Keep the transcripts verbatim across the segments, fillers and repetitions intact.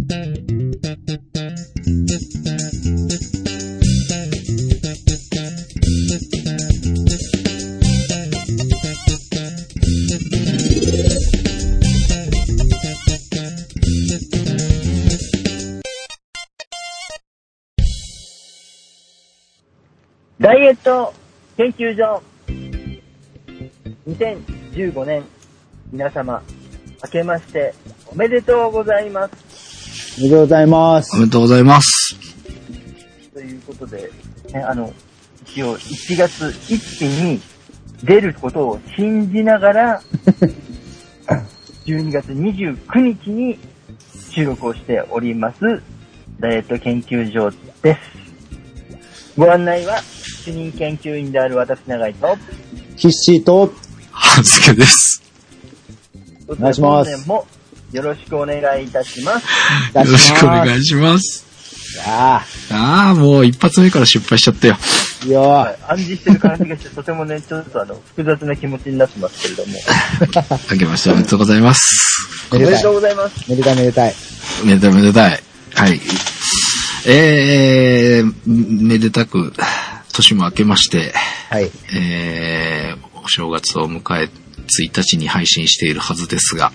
ダイエット研究所にせんじゅうごねん、皆様明けましておめでとうございます。 おめでとうございます。 おめでとうございます。 ということで、ね、あの一応いちがついっ日に出ることを信じながらじゅうにがつにじゅうくにちに収録をしておりますダイエット研究所です。ご案内は主任研究員である私永井とヒッシーとはずけです。 お願いします。 本年もよろしくお願いいたします。 よろしくお願いします。 あああ、もう一発目から失敗しちゃったよ。 いやー、 はい、暗示してる感じがしてとてもね、ちょっとあの複雑な気持ちになってますけれども。 あけましておめでとうございます。 おめでとうございます。 めでたいめでたい。 めでたいめでたい。はい。えー、めでたく年も明けまして、 はい。 えー、お正月を迎えついたちに配信しているはずですが、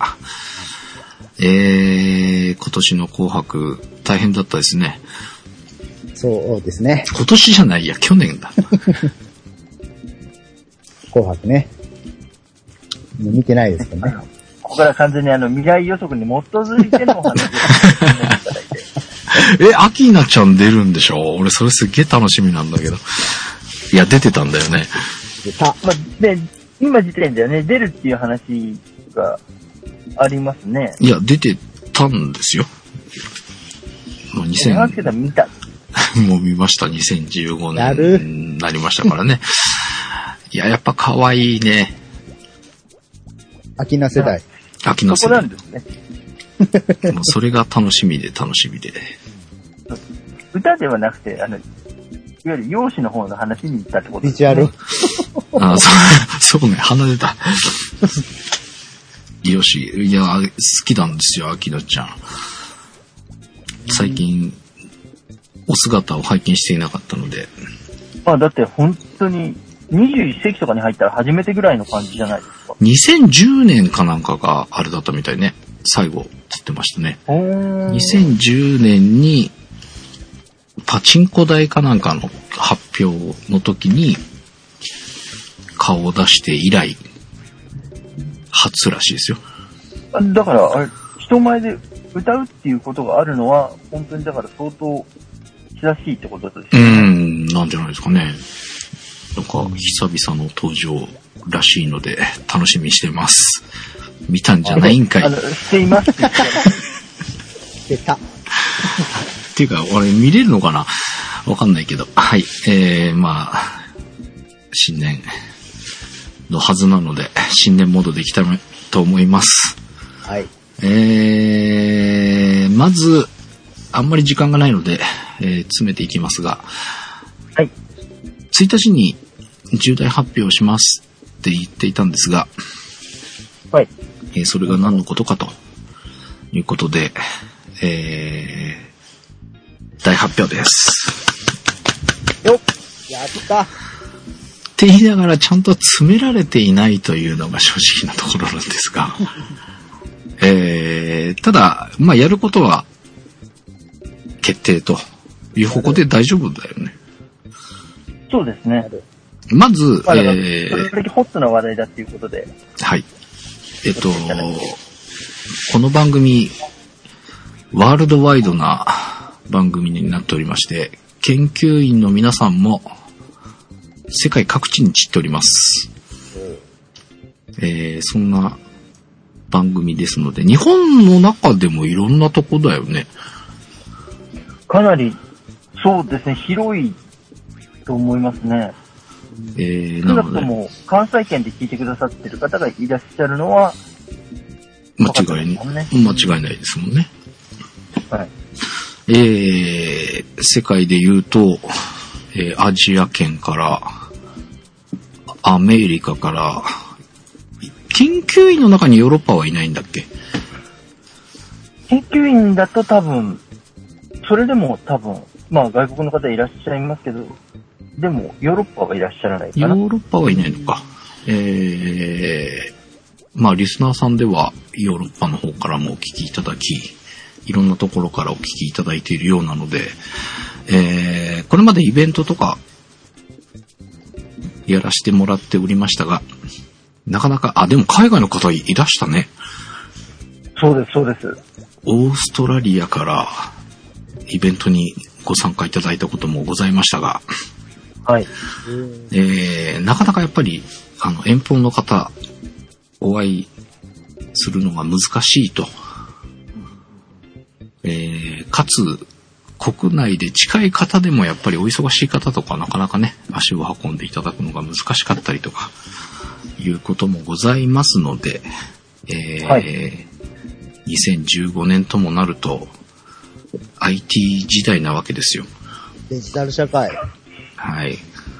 えー、今年の紅白大変だったですね。 そうですね。 今年じゃないや、去年だ。 紅白ね。もう見てないですけどね。 ここから完全にあの未来予測に基づいてのお話をしていただいて。 え、アキナちゃん出るんでしょ？俺それすっげえ楽しみなんだけど。いや、出てたんだよね。 出た。 まあ、で、今時点ではね、出るっていう話がありますね。 いや、出てたんですよ。もうにせん、 長瀬見た。 もう見ました。にせんじゅうごねやるんになりましたからね。いや、やっぱ可愛いね。 アキナ世代。 アキナ世代。 そこなんですね。 もうそれが楽しみで楽しみで。 歌ではなくて、あの、いわゆる容姿の方の話に行ったってことビですね。 ジュアル。 あ、そう、そうね、鼻出た。よし、いや、好きなんですよ、アキナちゃん。最近、お姿を拝見していなかったので。 まあだって本当ににじゅういっせきとかに入ったら初めてぐらいの感じじゃないですか。 にせんじゅうねんかなんかがあれだったみたいね。最後、つってましたね。にせんじゅうねんに、パチンコ台かなんかの発表の時に、顔を出して以来、初らしいですよ。 だから、あれ、人前で歌うっていうことがあるのは、本当にだから相当親しいってことですうよね。 ーん、なんじゃないですかね。なんか、久々の登場らしいので、楽しみにしてます。見たんじゃないんかい。 あの、していますって言って出た。 っていうか、俺見れるのかなわかんないけど。はい。えー、まあ、新年のはずなので、新年モードでいきたいと思います。 はい。 えー、まず、あんまり時間がないので、えー、詰めていきますが、 はい。 ついたちに重大発表しますって言っていたんですが、 はい。 えー、それが何のことかということで、えー、大発表です。 よっやったって言いながらちゃんと詰められていないというのが正直なところなんですが、えー、ただ、まあ、やることは決定という方向で大丈夫だよね。 そうですね。 まず、 まあ、 えー、 それだけホットな話題だっていうことで。 はい。えっと、この番組、ワールドワイドな番組になっておりまして、研究員の皆さんも世界各地に散っております。えー、そんな番組ですので、日本の中でもいろんなとこだよね。 かなり、そうですね、広いと思いますね。 えー、 少なくとなので、 も関西圏で聞いてくださってる方がいらっしゃるのは、 間違い、間違いないですもんね。 はい。 えー、世界で言うと、えー、アジア圏から、アメリカから、研究員の中にヨーロッパはいないんだっけ？ 研究員だと多分、それでも多分、まあ外国の方いらっしゃいますけど、でもヨーロッパはいらっしゃらないかな。 ヨーロッパはいないのか。えー、まあリスナーさんではヨーロッパの方からもお聞きいただき、いろんなところからお聞きいただいているようなので、えー、これまでイベントとかやらせてもらっておりましたが、なかなか、あ、でも海外の方いらしたね。 そうです、そうです。 オーストラリアからイベントにご参加いただいたこともございましたが、 はい。 えー、なかなかやっぱり、あの、遠方の方、お会いするのが難しいと。えー、かつ、国内で近い方でもやっぱりお忙しい方とかなかなかね、足を運んでいただくのが難しかったりとか、いうこともございますので、えー、はい、にせんじゅうごねんともなると、アイティー 時代なわけですよ。 デジタル社会。 はい。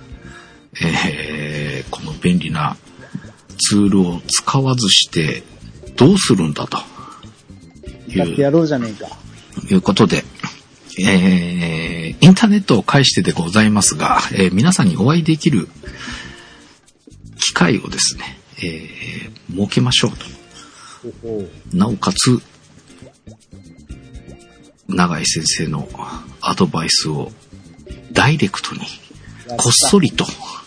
えー、この便利なツールを使わずしてどうするんだという。 やってやろうじゃねえか。 いうことで、えー、インターネットを介してでございますが、えー、皆さんにお会いできる機会をですね、えー、設けましょうと。なおかつ、永井先生のアドバイスをダイレクトにこっそりと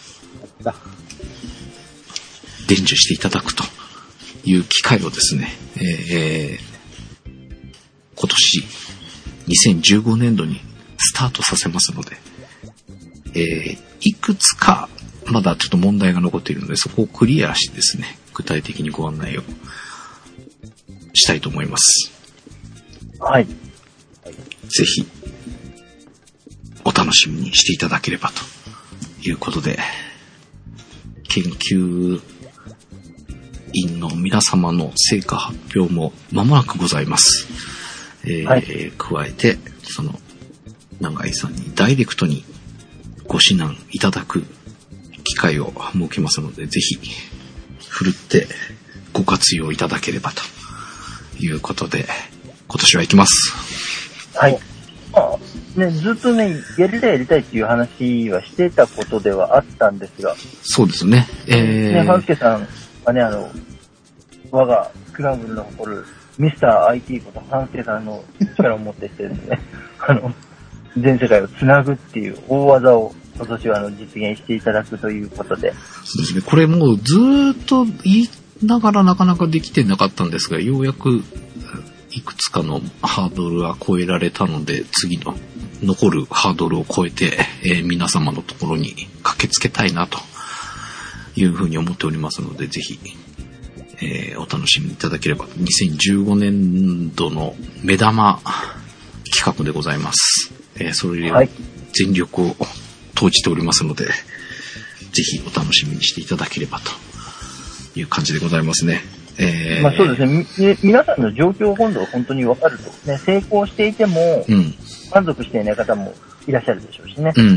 伝授していただくという機会をですね、えー、今年にせんじゅうごねんどにスタートさせますので、えー、いくつかまだちょっと問題が残っているので、そこをクリアしてですね、具体的にご案内をしたいと思います。 はい。ぜひお楽しみにしていただければということで、研究員の皆様の成果発表も間もなくございます。えーはい、加えてその永井さんにダイレクトにご指南いただく機会を設けますので、ぜひふるってご活用いただければということで、今年は行きます。 はい。まあね、ずっとね、やりたいやりたいっていう話はしてたことではあったんですが。 そうですね。えー、 ね、半助さんはね、あの、我がスクランブルの誇るミスター アイティー こと半助さんの力を持ってしてですね、あの、全世界をつなぐっていう大技を今年はあの実現していただくということで。 そうですね。これもうずーっと言いながらなかなかできてなかったんですが、ようやくいくつかのハードルは超えられたので、次の残るハードルを超えて、えー、皆様のところに駆けつけたいなというふうに思っておりますので、ぜひ、えー、お楽しみいただければ。にせんじゅうごねんどの目玉企画でございます。えー、それを全力を投じておりますので、ぜひお楽しみにしていただければという感じでございますね。えー、 まあそうですね。皆さんの状況本度が本当に分かるとね、成功していても、うん、満足していない方もいらっしゃるでしょうしね。 うんうんうん。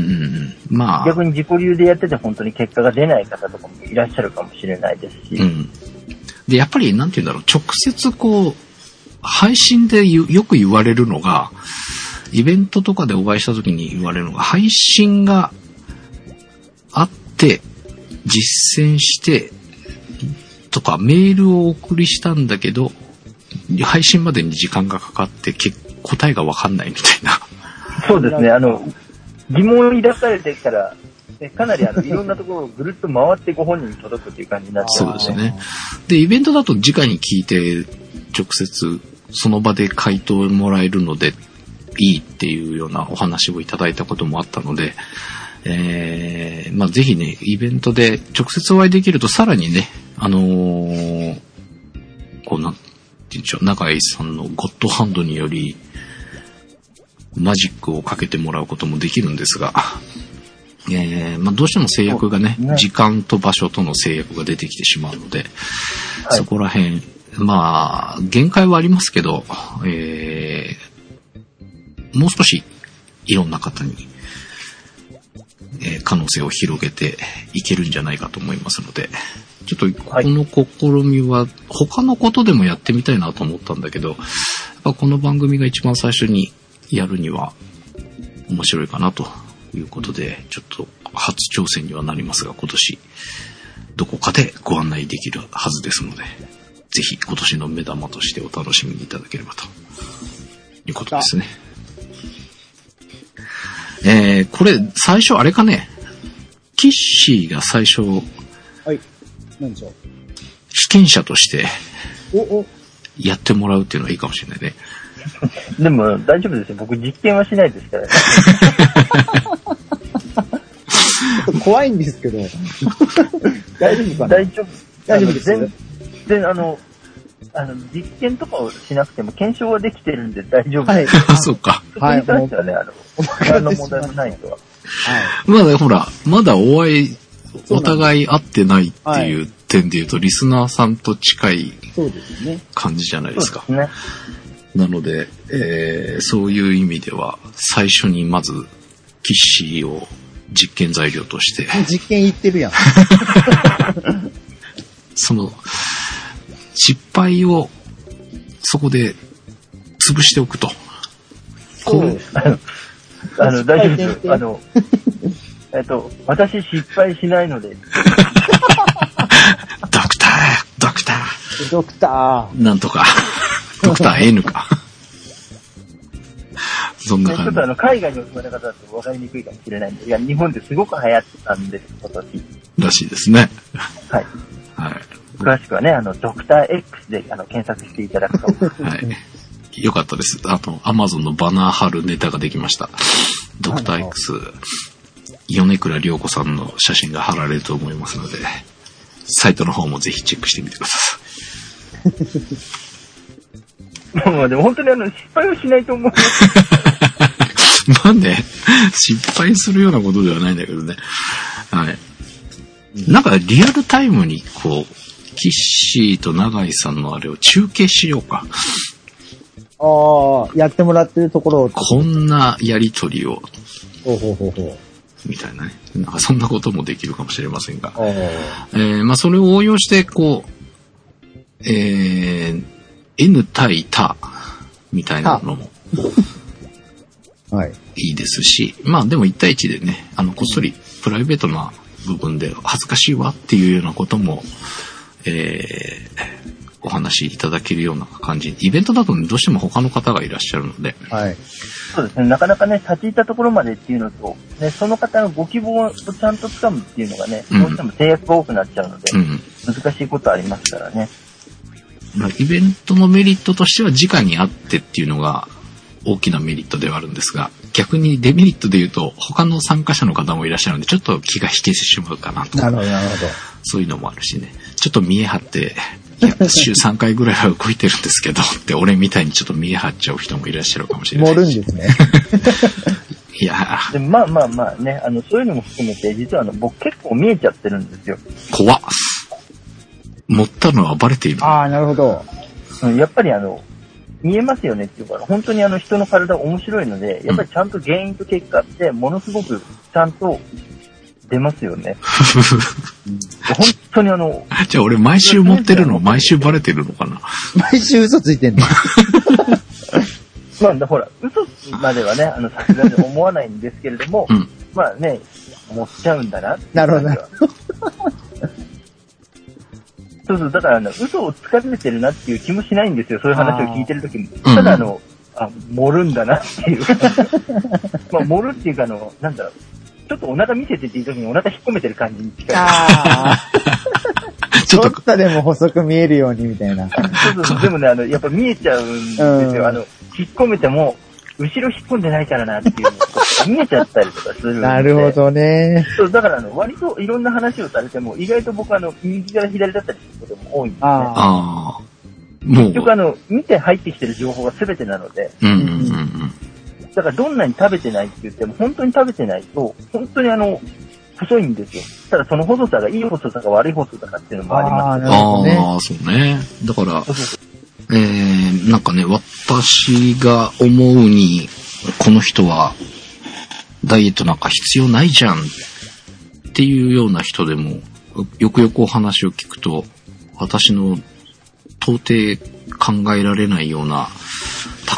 まあ。 逆に自己流でやってて本当に結果が出ない方とかもいらっしゃるかもしれないですし。 うん。で、やっぱりなんて言うんだろう、直接こう、配信でよく言われるのが、イベントとかでお会いした時に言われるのが、配信があって、実践して、とかメールをお送りしたんだけど、配信までに時間がかかって答えがわかんないみたいな。 そうですね。あの、疑問を抱かれてから、かなりあのいろんなところをぐるっと回ってご本人に届くっていう感じになってますね。 そうですよね。で、イベントだと直に聞いて、直接その場で回答もらえるのでいいっていうようなお話をいただいたこともあったので、えー、まあぜひね、イベントで直接お会いできるとさらにね、あのー、こうなんて言うんでしょう、永井さんのゴッドハンドによりマジックをかけてもらうこともできるんですが、えー、まあどうしても制約がね、ね時間と場所との制約が出てきてしまうので、はい、そこら辺、まあ限界はありますけど、えー、もう少しいろんな方にえー、可能性を広げていけるんじゃないかと思いますので、ちょっとこの試みは他のことでもやってみたいなと思ったんだけど、やっこの番組が一番最初にやるには面白いかなということで、ちょっと初挑戦にはなりますが、今年どこかでご案内できるはずですので、ぜひ今年の目玉としてお楽しみにいただければということですね。えー、これ最初あれかね、キッシーが最初、 はい。何でしょう。 被験者としておおやってもらうっていうのはいいかもしれないね。 でも大丈夫ですよ。僕実験はしないですからね。 ちょっと怖いんですけど。大丈夫かな？ 大丈夫。 大丈夫です。 全然あの、あの、実験とかをしなくても検証はできてるんで大丈夫です。 はい。そうか。 そこに関してはね、あの、何の問題もないとは。 はい。 まだほら、まだお会い、お互い会ってないっていう点で言うと、リスナーさんと近い感じじゃないですか。 そうですね。なので、えー、そういう意味では、最初にまず、キッシーを実験材料として。 実験言ってるやん。 その、失敗をそこで潰しておくと。 こう。あの、大丈夫です。あの、えっと、私失敗しないので。 ドクター、ドクター。 ドクター。 なんとか。ドクター N か。そんな感じ。 ちょっとあの、海外にお住まいの方だと分かりにくいかもしれないんで、いや、日本ですごく流行ったんです、今年。 らしいですね。 はい。 はい。 詳しくはね、あの、ドクター X であの検索していただくと。 はい。よかったです。あと、Amazon のバナー貼るネタができました。ドクター X、米倉涼子さんの写真が貼られると思いますので、サイトの方もぜひチェックしてみてください。もうでも本当にあの、失敗をしないと思う。 まあね、失敗するようなことではないんだけどね。はい。なんかリアルタイムにこう、キッシーと永井さんのあれを中継しようか。 ああ、やってもらってるところを。 こんなやりとりを。 ほうほうほうほう。 みたいなね。なんかそんなこともできるかもしれませんが。えー、まあそれを応用して、こう、えー、N 対他みたいなのも。 はい。 いいですし、まあでもいち対いちでね、あの、こっそりプライベートな部分で恥ずかしいわっていうようなことも、えー、お話しいただけるような感じ。イベントだとね、どうしても他の方がいらっしゃるので。 はい。 そうですね、なかなかね、立ち入ったところまでっていうのと、ね、その方のご希望をちゃんとつかむっていうのがね、どうしても制約が多くなっちゃうので、うん、難しいことありますからね。 まあ、イベントのメリットとしては直に会ってっていうのが大きなメリットではあるんですが、逆にデメリットで言うと、他の参加者の方もいらっしゃるので、ちょっと気が引けてしまうかなと。 なるほど、なるほど。 そういうのもあるしね。ちょっと見え張って、いや、週さんかいぐらいは動いてるんですけど、って俺みたいにちょっと見え張っちゃう人もいらっしゃるかもしれない。 盛るんですね。 いやでまあまあまあね、あの、そういうのも含めて、実はあの、僕結構見えちゃってるんですよ。 怖っ。持ったのはバレている。 ああ、なるほど。 やっぱりあの、見えますよねっていうから、本当にあの人の体面白いので、やっぱりちゃんと原因と結果ってものすごくちゃんと出ますよね。本当にあの、 じゃあ俺毎週持ってるの毎週バレてるのかな。 毎週嘘ついてんの。 まあほら、嘘まではね、あの、さすがに思わないんですけれども、うん、まあね、持っちゃうんだなって。 なるほど。 そうそう、だからあの、嘘をつかれてるなっていう気もしないんですよ、そういう話を聞いてるときも。ただあの、あ、盛るんだなっていう。まあ、盛るっていうかあの、なんだろう、ちょっとお腹見せてっていうときにお腹引っ込めてる感じに近い。あちょっとでも細く見えるようにみたいな。 そうそう、でもね、あの、やっぱ見えちゃうんですよ。あの、引っ込めても、後ろ引っ込んでないからなっていうのが見えちゃったりとかするんで。 なるほどね。 そう、だからあの、割といろんな話をされても、意外と僕あの、右から左だったりすることも多いんですね。ああ。もう。結局あの、見て入ってきてる情報が全てなので。うんうんうんうん。だからどんなに食べてないって言っても、本当に食べてないと、本当にあの、細いんですよ。ただその細さがいい細さか悪い細さかっていうのもあります、ね。 ああ、そうね。だから、そうそうそう、えー、なんかね、私が思うに、この人は、ダイエットなんか必要ないじゃんっていうような人でも、よくよくお話を聞くと、私の到底考えられないような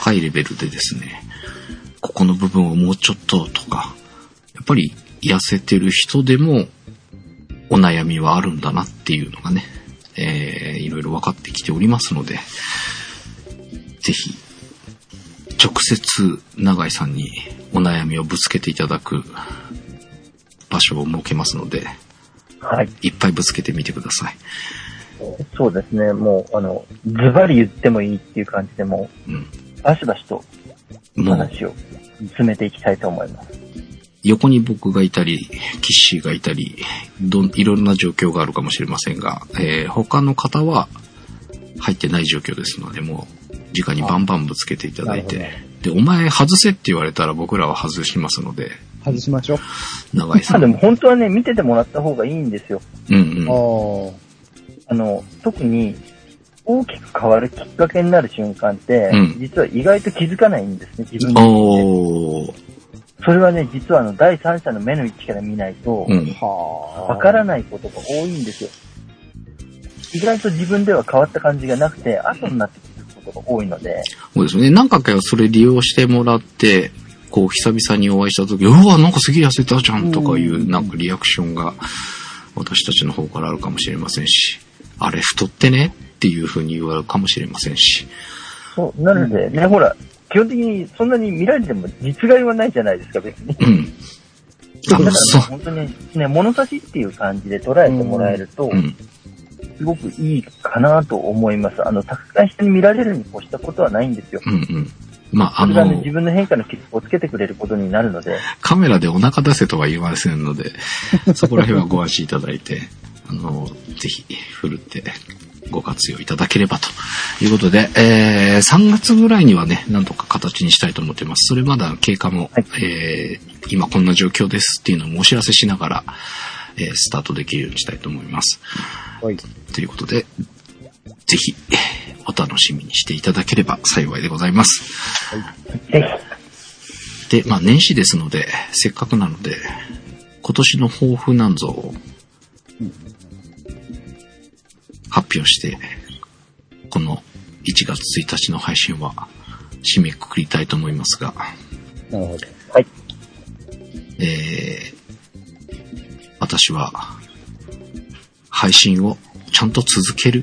高いレベルでですね、ここの部分をもうちょっととか、やっぱり痩せてる人でもお悩みはあるんだなっていうのがね、えー、いろいろ分かってきておりますので、ぜひ直接永井さんにお悩みをぶつけていただく場所を設けますので、 はい。 いっぱいぶつけてみてください。 そうですね。もう、あの、ズバリ言ってもいいっていう感じでもう、うん、バシバシと話を詰めていきたいと思います。 横に僕がいたり、キッシーがいたり、どんいろんな状況があるかもしれませんが、えー、他の方は入ってない状況ですので、もう直にバンバンぶつけていただいて、で、お前外せって言われたら僕らは外しますので、 外しましょう。 長井さん。 でも本当はね、見ててもらった方がいいんですよ。 うんうん。 あの、特に大きく変わるきっかけになる瞬間って、うん、実は意外と気づかないんですね、自分で。おー。それはね、実はあの、第三者の目の位置から見ないと、うん、わからないことが多いんですよ。意外と自分では変わった感じがなくて、後になってくることが多いので。 そうですね。何回かそれ利用してもらって、こう、久々にお会いしたとき、うわ、なんかすげえ痩せたじゃんとかいう、なんかリアクションが、私たちの方からあるかもしれませんし、あれ太ってねっていう風に言われるかもしれませんし。 そう、なのでね、うん、ほら、基本的にそんなに見られても実害はないじゃないですか、別に。うん。だからそう本当にね、物差しっていう感じで捉えてもらえると、うん、すごくいいかなと思います。あの、たくさん人に見られるに越したことはないんですよ。うんうん。まあ、あの、それがね、自分の変化の基礎をつけてくれることになるので。 カメラでお腹出せとは言いませんので、そこら辺はご安心いただいて、あの、ぜひ、ふるってご活用いただければということで、えー、さんがつぐらいにはね、なんとか形にしたいと思っています。それまだ経過も、はい、えー、今こんな状況ですっていうのもお知らせしながら、えー、スタートできるようにしたいと思います。はい。ということで、ぜひ、お楽しみにしていただければ幸いでございます。はい。で、まあ年始ですので、せっかくなので、今年の抱負なんぞを発表して、このいちがつついたちの配信は締めくくりたいと思いますが。 なるほど。 はい。 えー、私は配信をちゃんと続ける。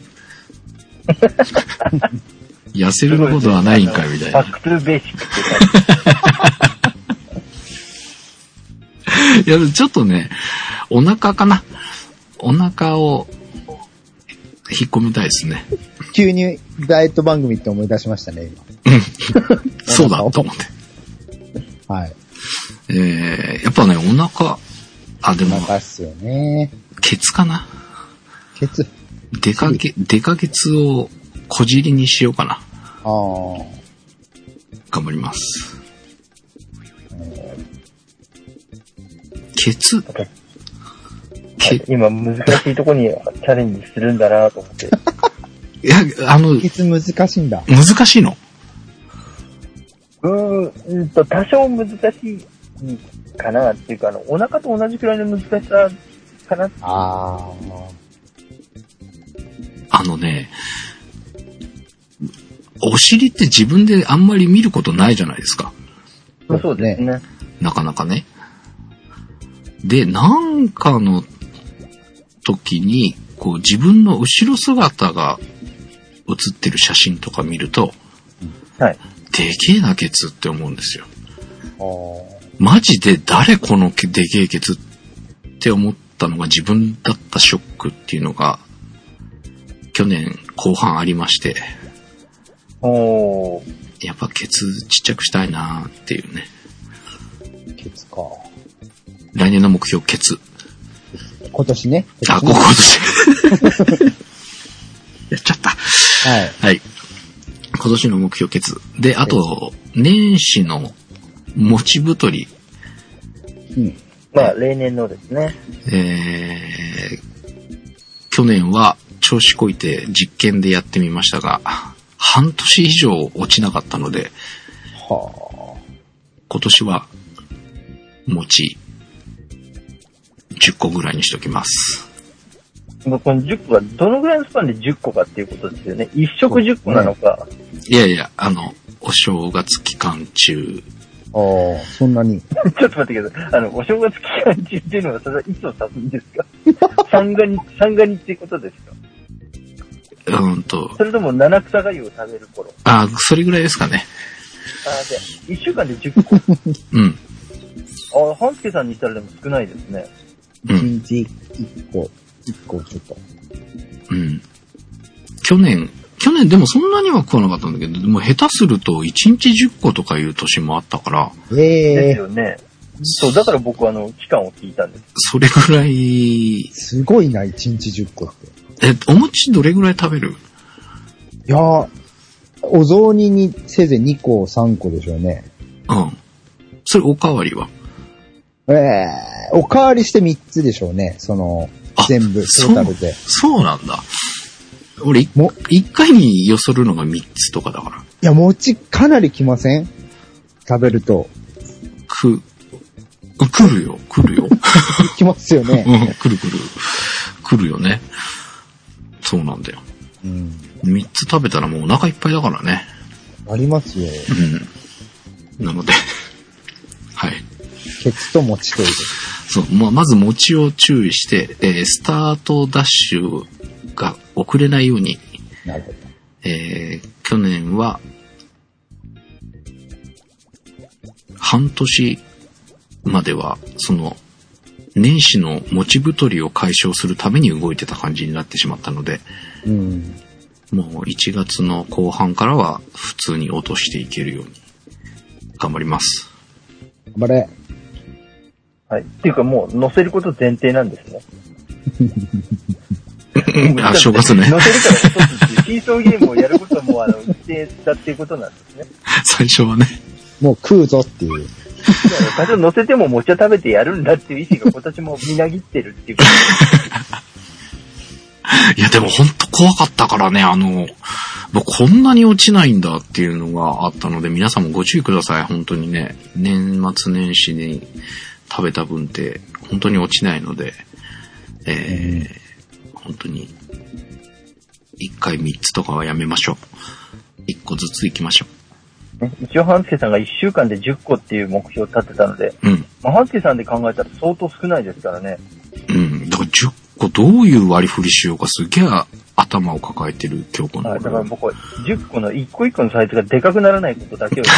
痩せるほどはないんかいみたいな。 バックトゥーベーシックっていや、ちょっとね、お腹かな。お腹を引っ込めたいですね。 急にダイエット番組って思い出しましたね、 今。うん。そうだと思って。 はい。 えー、やっぱね、お腹、あ、でも。 お腹っすよね。 ケツかな。 ケツ。 デカケ、デカケツを小尻にしようかな。 ああ。 頑張ります。ケツ。 ケ今難しいとこにチャレンジするんだなと思って。 いや、あの。 ケツ難しいんだ。 難しいの？ うーんと、多少難しいかなっていうか、あの、お腹と同じくらいの難しさかな。 ああ。 あのね、お尻って自分であんまり見ることないじゃないですか。 そうですね。 なかなかね。で、なんかの時に、こう自分の後ろ姿が写ってる写真とか見ると、 はい。 でけえなケツって思うんですよ。マジで誰このでけえケツって思ったのが自分だったショックっていうのが、去年後半ありまして、 おー。 やっぱケツちっちゃくしたいなーっていうね。 ケツか。 来年の目標、ケツ。 今年ね。 あ、今年。やっちゃった。 はい。 はい。今年の目標、ケツ。で、あと、年始の持ち太り。 うん。まあ、例年のですね。 えー、去年は調子こいて実験でやってみましたが、半年以上落ちなかったので、 はあ、 今年は餅じゅっこぐらいにしときます。 このじゅっこがどのぐらいのスパンでじゅっこかっていうことですよね。一食じゅっこなのか。 いやいや、あの、 お正月期間中。 ああ、そんなに。 ちょっと待ってください。あの、お正月期間中っていうのは、それはいつを指すんですか？三が日、三が日っていうことですか？ うんと。 それとも七草がゆを食べる頃？ あ、それぐらいですかね。 あ、じゃあ、一週間でじゅっこ。 うん。 あ、半助さんにしたらでも少ないですね。 うん。 一日一個、一個ちょっと。 うん。去年、去年でもそんなには食わなかったんだけど、でも下手すると一日じゅっことかいう年もあったから。 ええー。 ですよね。そう、だから僕はあの、期間を聞いたんです。 それぐらい。 すごいな、一日じゅっこって。 え、お餅どれぐらい食べる？ いやー、お雑煮にせいぜいにこ、さんこでしょうね。 うん。それおかわりは？ ええー、おかわりしてみっつでしょうね、その、全部、トータルで。 そう、そうなんだ。俺、も一回によそるのがみっつとかだから。いや、餅かなりきません？食べると。 く、来るよ、来るよ。 来ますよね。 うん、来る来る。来るよね。そうなんだよ。うん。みっつ食べたらもうお腹いっぱいだからね。 ありますよ。 うん。なので、はい。 ケツと餅という。 そう、まあ、まず餅を注意して、えー、スタートダッシュが遅れないように。 なるほど。 えー、去年は、半年までは、その、年始の餅太りを解消するために動いてた感じになってしまったので、うん、もういちがつの後半からは普通に落としていけるように頑張ります。 頑張れ。 はい。っていうかもう乗せること前提なんですね。 あ、正月ね。 乗せるから落とすっていうシーソーゲームをやることはもうあの一定だっていうことなんですね。最初はね。 もう食うぞっていう。 多少乗せても餅を食べてやるんだっていう意思が今年もみなぎってるっていうこといやでもほんと怖かったからね、あの、こんなに落ちないんだっていうのがあったので、皆さんもご注意ください、本当にね。年末年始に食べた分って本当に落ちないので、えー、本当にいっかいみっつとかはやめましょう。いっこずつ行きましょう。 一応、半助さんがいっしゅうかんでじゅっこっていう目標を立てたので、うん。まあ、半助さんで考えたら相当少ないですからね。 うん。だからじゅっこどういう割り振りしようかすげえ頭を抱えてる今日この。 はい、だから僕はじゅっこのいっこいっこのサイズがでかくならないことだけを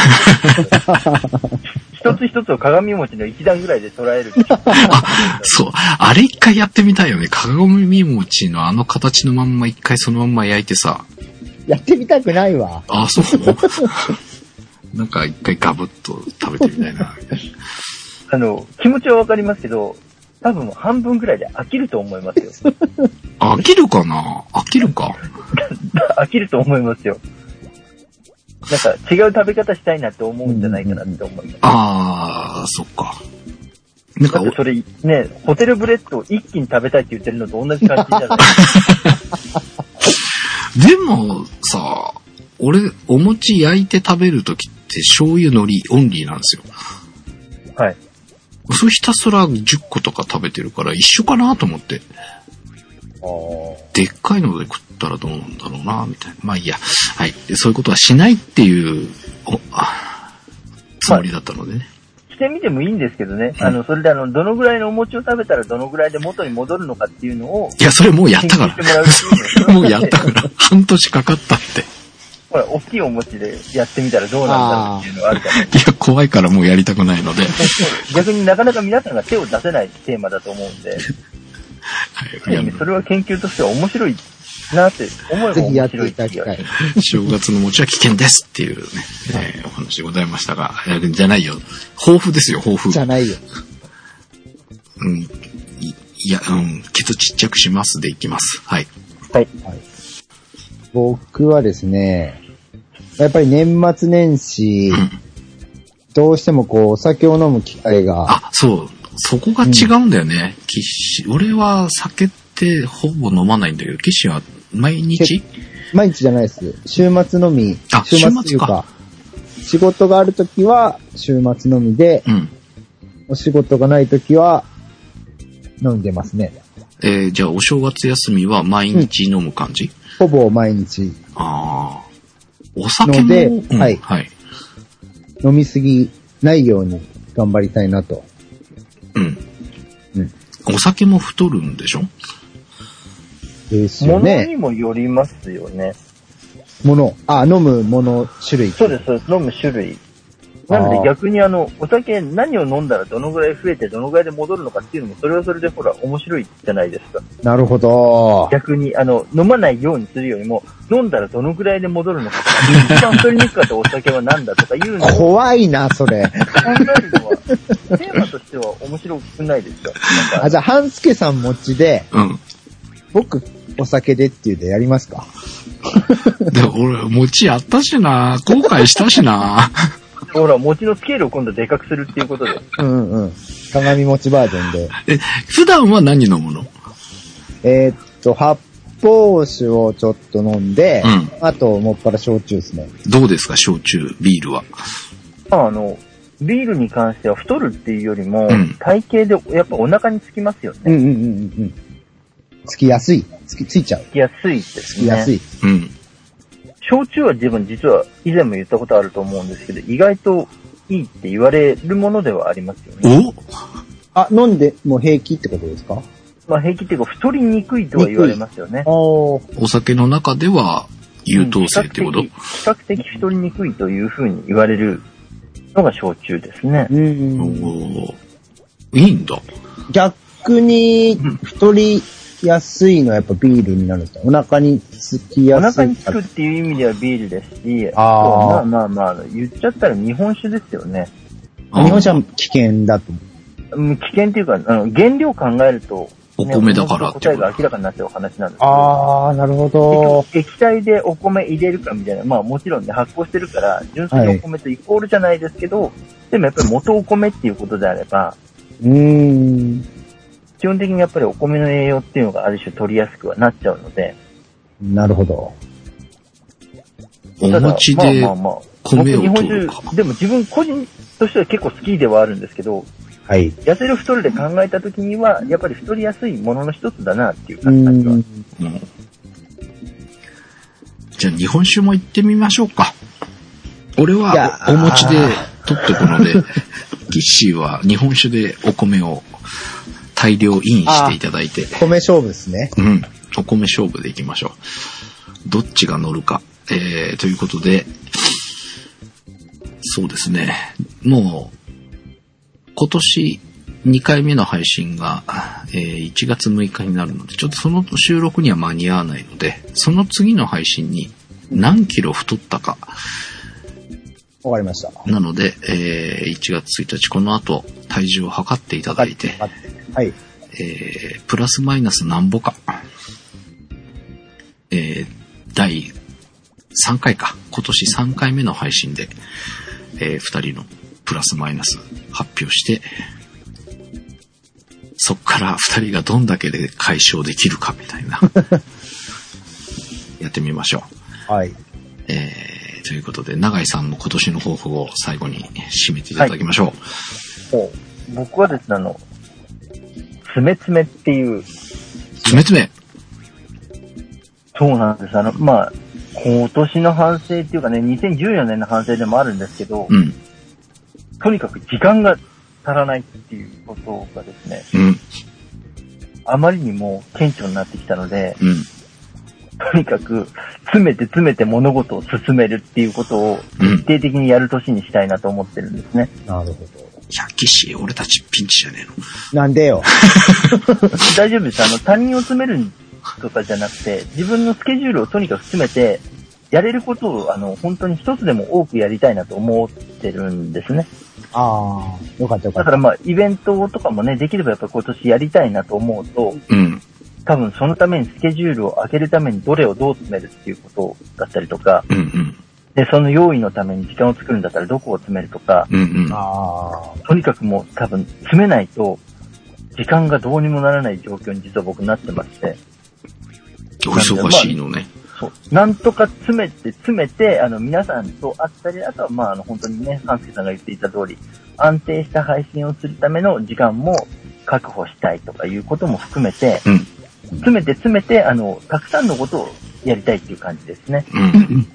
一つ一つを鏡餅の一段ぐらいで捉える。 あ、そう。あれ一回やってみたいよね。鏡餅のあの形のまんま一回そのまんま焼いてさ。 やってみたくないわ。 あ、そうなんか一回ガブッと食べてみたいな。 あの、気持ちはわかりますけど、多分半分ぐらいで飽きると思いますよ。 飽きるかな？飽きるか。 飽きると思いますよ。なんか違う食べ方したいなって思うんじゃないかなって思います。 ああ、そっか。 なんかそれね、ホテルブレッドを一気に食べたいって言ってるのと同じ感じじゃないですか。 でもさ、俺、お餅焼いて食べるときって醤油海苔オンリーなんですよ。 はい。 それひたすらじゅっことか食べてるから一緒かなと思って。あでっかいので食ったらどうなんだろうな、みたいな。まあいいや。はい。そういうことはしないっていう、おあつもりだったのでね。 してみてもいいんですけどね。うん、あの、それであの、どのぐらいのお餅を食べたらどのぐらいで元に戻るのかっていうのを。 いや、それもうやったから。それもうやったから。半年かかったって。 ほら、大きいお餅でやってみたらどうなんだろうっていうのがあるから、ね。 いや、怖いからもうやりたくないので。 逆になかなか皆さんが手を出せないテーマだと思うんで。はい、それは研究としては面白いなって思えば面白いっていう。 正月の餅は危険ですっていうね、えー、お話でございましたが、じゃないよ。抱負ですよ、抱負。 じゃないよ。 うん。いや、うん、ケツちっちゃくしますでいきます。はい。 はい。はい、 僕はですね、やっぱり年末年始、うん、どうしてもこう、お酒を飲む機会が。 あ、そう。そこが違うんだよね。キッシ、俺は酒ってほぼ飲まないんだけど、キッシは毎日？ 毎日じゃないです。週末のみ。 あ、週末というか。 仕事があるときは週末のみで、うん、お仕事がないときは飲んでますね。 えー、じゃあお正月休みは毎日飲む感じ？ うん、ほぼ毎日。 ああ。 お酒も、 で、 うん、 はい、 はい。 飲みすぎないように頑張りたいなと。 うん。 うん。 お酒も太るんでしょ？ ですよね。 物にもよりますよね。 もの。あ、飲むもの、種類。 そうです、そうです。飲む種類。なので逆にあの、お酒何を飲んだらどのぐらい増えてどのぐらいで戻るのかっていうのも、それはそれでほら、面白いじゃないですか。 なるほど。 逆に、あの、飲まないようにするよりも、飲んだらどのぐらいで戻るのかとか、一番太りにくかったお酒は何だとかいうのを怖いな、それ。 考えるのは、テーマとしては面白くないですか？なんかあ、じゃあ、半助さん持ちで、 うん。 僕、お酒でっていうでやりますか？ で、俺、餅やったしな、後悔したしな。 ほら、餅のスケールを今度でかくするっていうことで。 うんうん。鏡餅バージョンで。 え、普段は何飲むの？ えー、っと、発泡酒をちょっと飲んで、 うん、 あと、もっぱら焼酎ですね。 どうですか、焼酎、ビールは。 あの、ビールに関しては太るっていうよりも、 うん、 体型でやっぱお腹につきますよね。 うんうんうんうん。つきやすい。つき、ついちゃう。 つきやすいですね。 つきやすい。 うん。 焼酎は自分実は以前も言ったことあると思うんですけど、意外といいって言われるものではありますよね。 お？ あ、飲んでもう平気ってことですか？ まあ平気っていうか太りにくいとは言われますよね。 おお酒の中では優等生ってこと？ 比較的、比較的太りにくいというふうに言われるのが焼酎ですね。 うん。 おいいんだ。 逆に太りやすいのはやっぱビールになるんですか？お腹につきやすい。 お腹につくっていう意味ではビールですし、 ああまあまあまあ、言っちゃったら日本酒ですよね。 日本酒は危険だと思う。危険っていうか、あの原料考えると、 ね、お米だからって答えが明らかになっちゃう話なんですけど。 ああ、なるほど。 液体でお米入れるかみたいな、まあもちろんね、発酵してるから、純粋にお米とイコールじゃないですけど、はい、でもやっぱり元お米っていうことであれば、 うーん。 基本的にやっぱりお米の栄養っていうのがある種取りやすくはなっちゃうので。 なるほど。 お餅でまあまあまあ、 米を僕取るか。 日本酒、でも自分個人としては結構好きではあるんですけど、 はい。 痩せる太るで考えたときには、やっぱり太りやすいものの一つだなっていう感じが。うん。 じゃあ日本酒も行ってみましょうか。俺はお餅で取ってくので、ギッシーは日本酒でお米を大量インしていただいて。 米勝負ですね。 うん。お米勝負でいきましょう。どっちが乗るか。えー、ということで、そうですね。もう、今年にかいめの配信が、えー、いちがつむいかになるので、ちょっとその収録には間に合わないので、その次の配信に何キロ太ったか。 わかりました。 なので、えー、いちがつついたち、この後、体重を測っていただいて、 はい。 えー、プラスマイナスなんぼか。えー、だいさんかいか。今年さんかいめの配信で、えー、ふたりのプラスマイナス発表して、そっからふたりがどんだけで解消できるかみたいな。やってみましょう。はい。 えー、ということで、永井さんの今年の抱負を最後に締めていただきましょう。 はい、僕はですね、あの、つめつめっていう。 つめつめそうなんです。あの、まあ、今年の反省っていうかね、にせんじゅうよねんの反省でもあるんですけど、 うん、 とにかく時間が足らないっていうことがですね、 うん、 あまりにも顕著になってきたので、 うん、 とにかく詰めて詰めて物事を進めるっていうことを徹底的にやる年にしたいなと思ってるんですね。 うん、なるほど。 いや、キシ、俺たちピンチじゃねえの。なんでよ。 大丈夫です。あの、他人を詰めるとかじゃなくて、自分のスケジュールをとにかく詰めて、やれることを、あの、本当に一つでも多くやりたいなと思ってるんですね。 ああ、よかったよかった。 だからまあ、イベントとかもね、できればやっぱ今年やりたいなと思うと、 うん。 多分そのためにスケジュールを開けるためにどれをどう詰めるっていうことだったりとか、 うんうん。 で、その用意のために時間を作るんだったらどこを詰めるとか、 うんうん。 あとにかくもう多分詰めないと、時間がどうにもならない状況に実は僕なってまして。 お忙しいのね。 そう。なんとか詰めて詰めて、あの、皆さんと会ったり、あとはまあ、あの、本当にね、ハンスケさんが言っていた通り、安定した配信をするための時間も確保したいとかいうことも含めて、 うん、 詰めて詰めて、あの、たくさんのことをやりたいっていう感じですね。 うん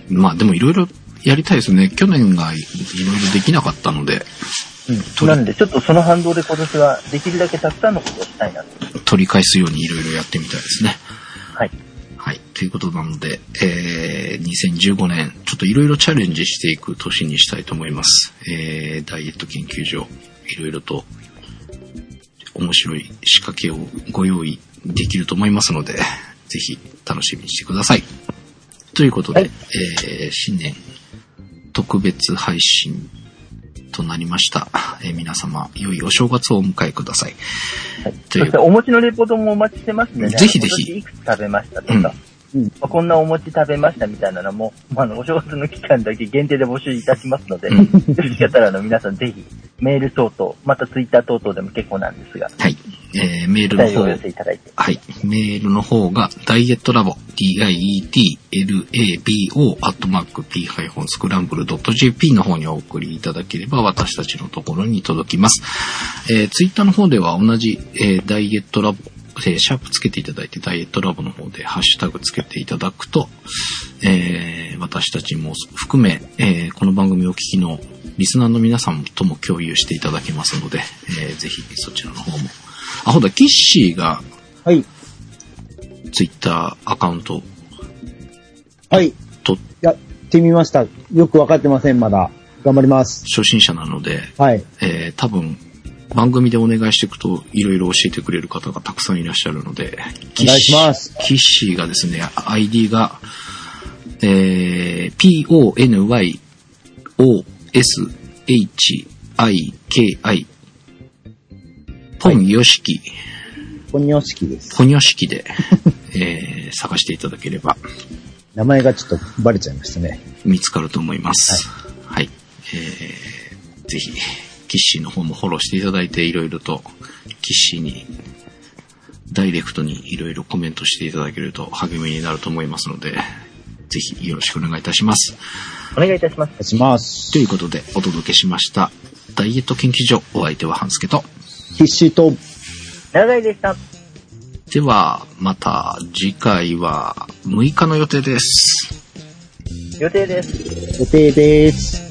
まあでもいろいろやりたいですね。去年がいろいろできなかったので。 うん。なんで、ちょっとその反動で今年はできるだけたくさんのことをしたいなと。 取り返すようにいろいろやってみたいですね。 はい。 はい。ということなので、えー、にせんじゅうごねん、ちょっといろいろチャレンジしていく年にしたいと思います。えー、ダイエット研究所、いろいろと面白い仕掛けをご用意できると思いますので、ぜひ楽しみにしてください。ということで、はい、えー、新年特別配信となりました。えー、皆様、良いお正月をお迎えください。 はい、そしてお餅のレポートもお待ちしてますね。 ぜひぜひ。 いくつ食べましたとか、うんうん、こんなお餅食べましたみたいなのも、まあ、あのお正月の期間だけ限定で募集いたしますので、よろしかったらあの皆さんぜひメール等々、またツイッター等々でも結構なんですが、 はい、えー、メールの方、 お寄せいただいて、 はい、メールの方がダイエットラボ ディーアイイーティーエルエービーオー アットマーク ピースクランブル ドット ジェーピー の方にお送りいただければ私たちのところに届きます。えー、ツイッターの方では同じ、えー、ダイエットラボシャープつけていただいて、ダイエットラボの方でハッシュタグつけていただくと、えー、私たちも含め、えー、この番組をお聞きのリスナーの皆さんとも共有していただけますので、えー、ぜひそちらの方も。あ、ほんだ、キッシーが、 はい。 ツイッターアカウント。 はい。 と、 やってみました。よくわかってません、まだ。頑張ります。 初心者なので、 はい。 えー、多分、番組でお願いしていくといろいろ教えてくれる方がたくさんいらっしゃるので、 お願いします。 キッシーがですね、アイディー が、えー、ピーオーエヌワイオーエスエイチアイケーアイ ポンヨシキ。 ポンヨシキです。 ポンヨシキで、えー、探していただければ。 名前がちょっとバレちゃいましたね。 見つかると思います。はい。はい、えー、ぜひ。キッシーの方もフォローしていただいて、いろいろとキッシーにダイレクトにいろいろコメントしていただけると励みになると思いますので、ぜひよろしくお願いいたします。 お願いいたします。 お願いします。 ということでお届けしましたダイエット研究所、お相手は半助とキッシーと長井でした。 ではまた次回はむいかの予定です。 予定です。 予定です。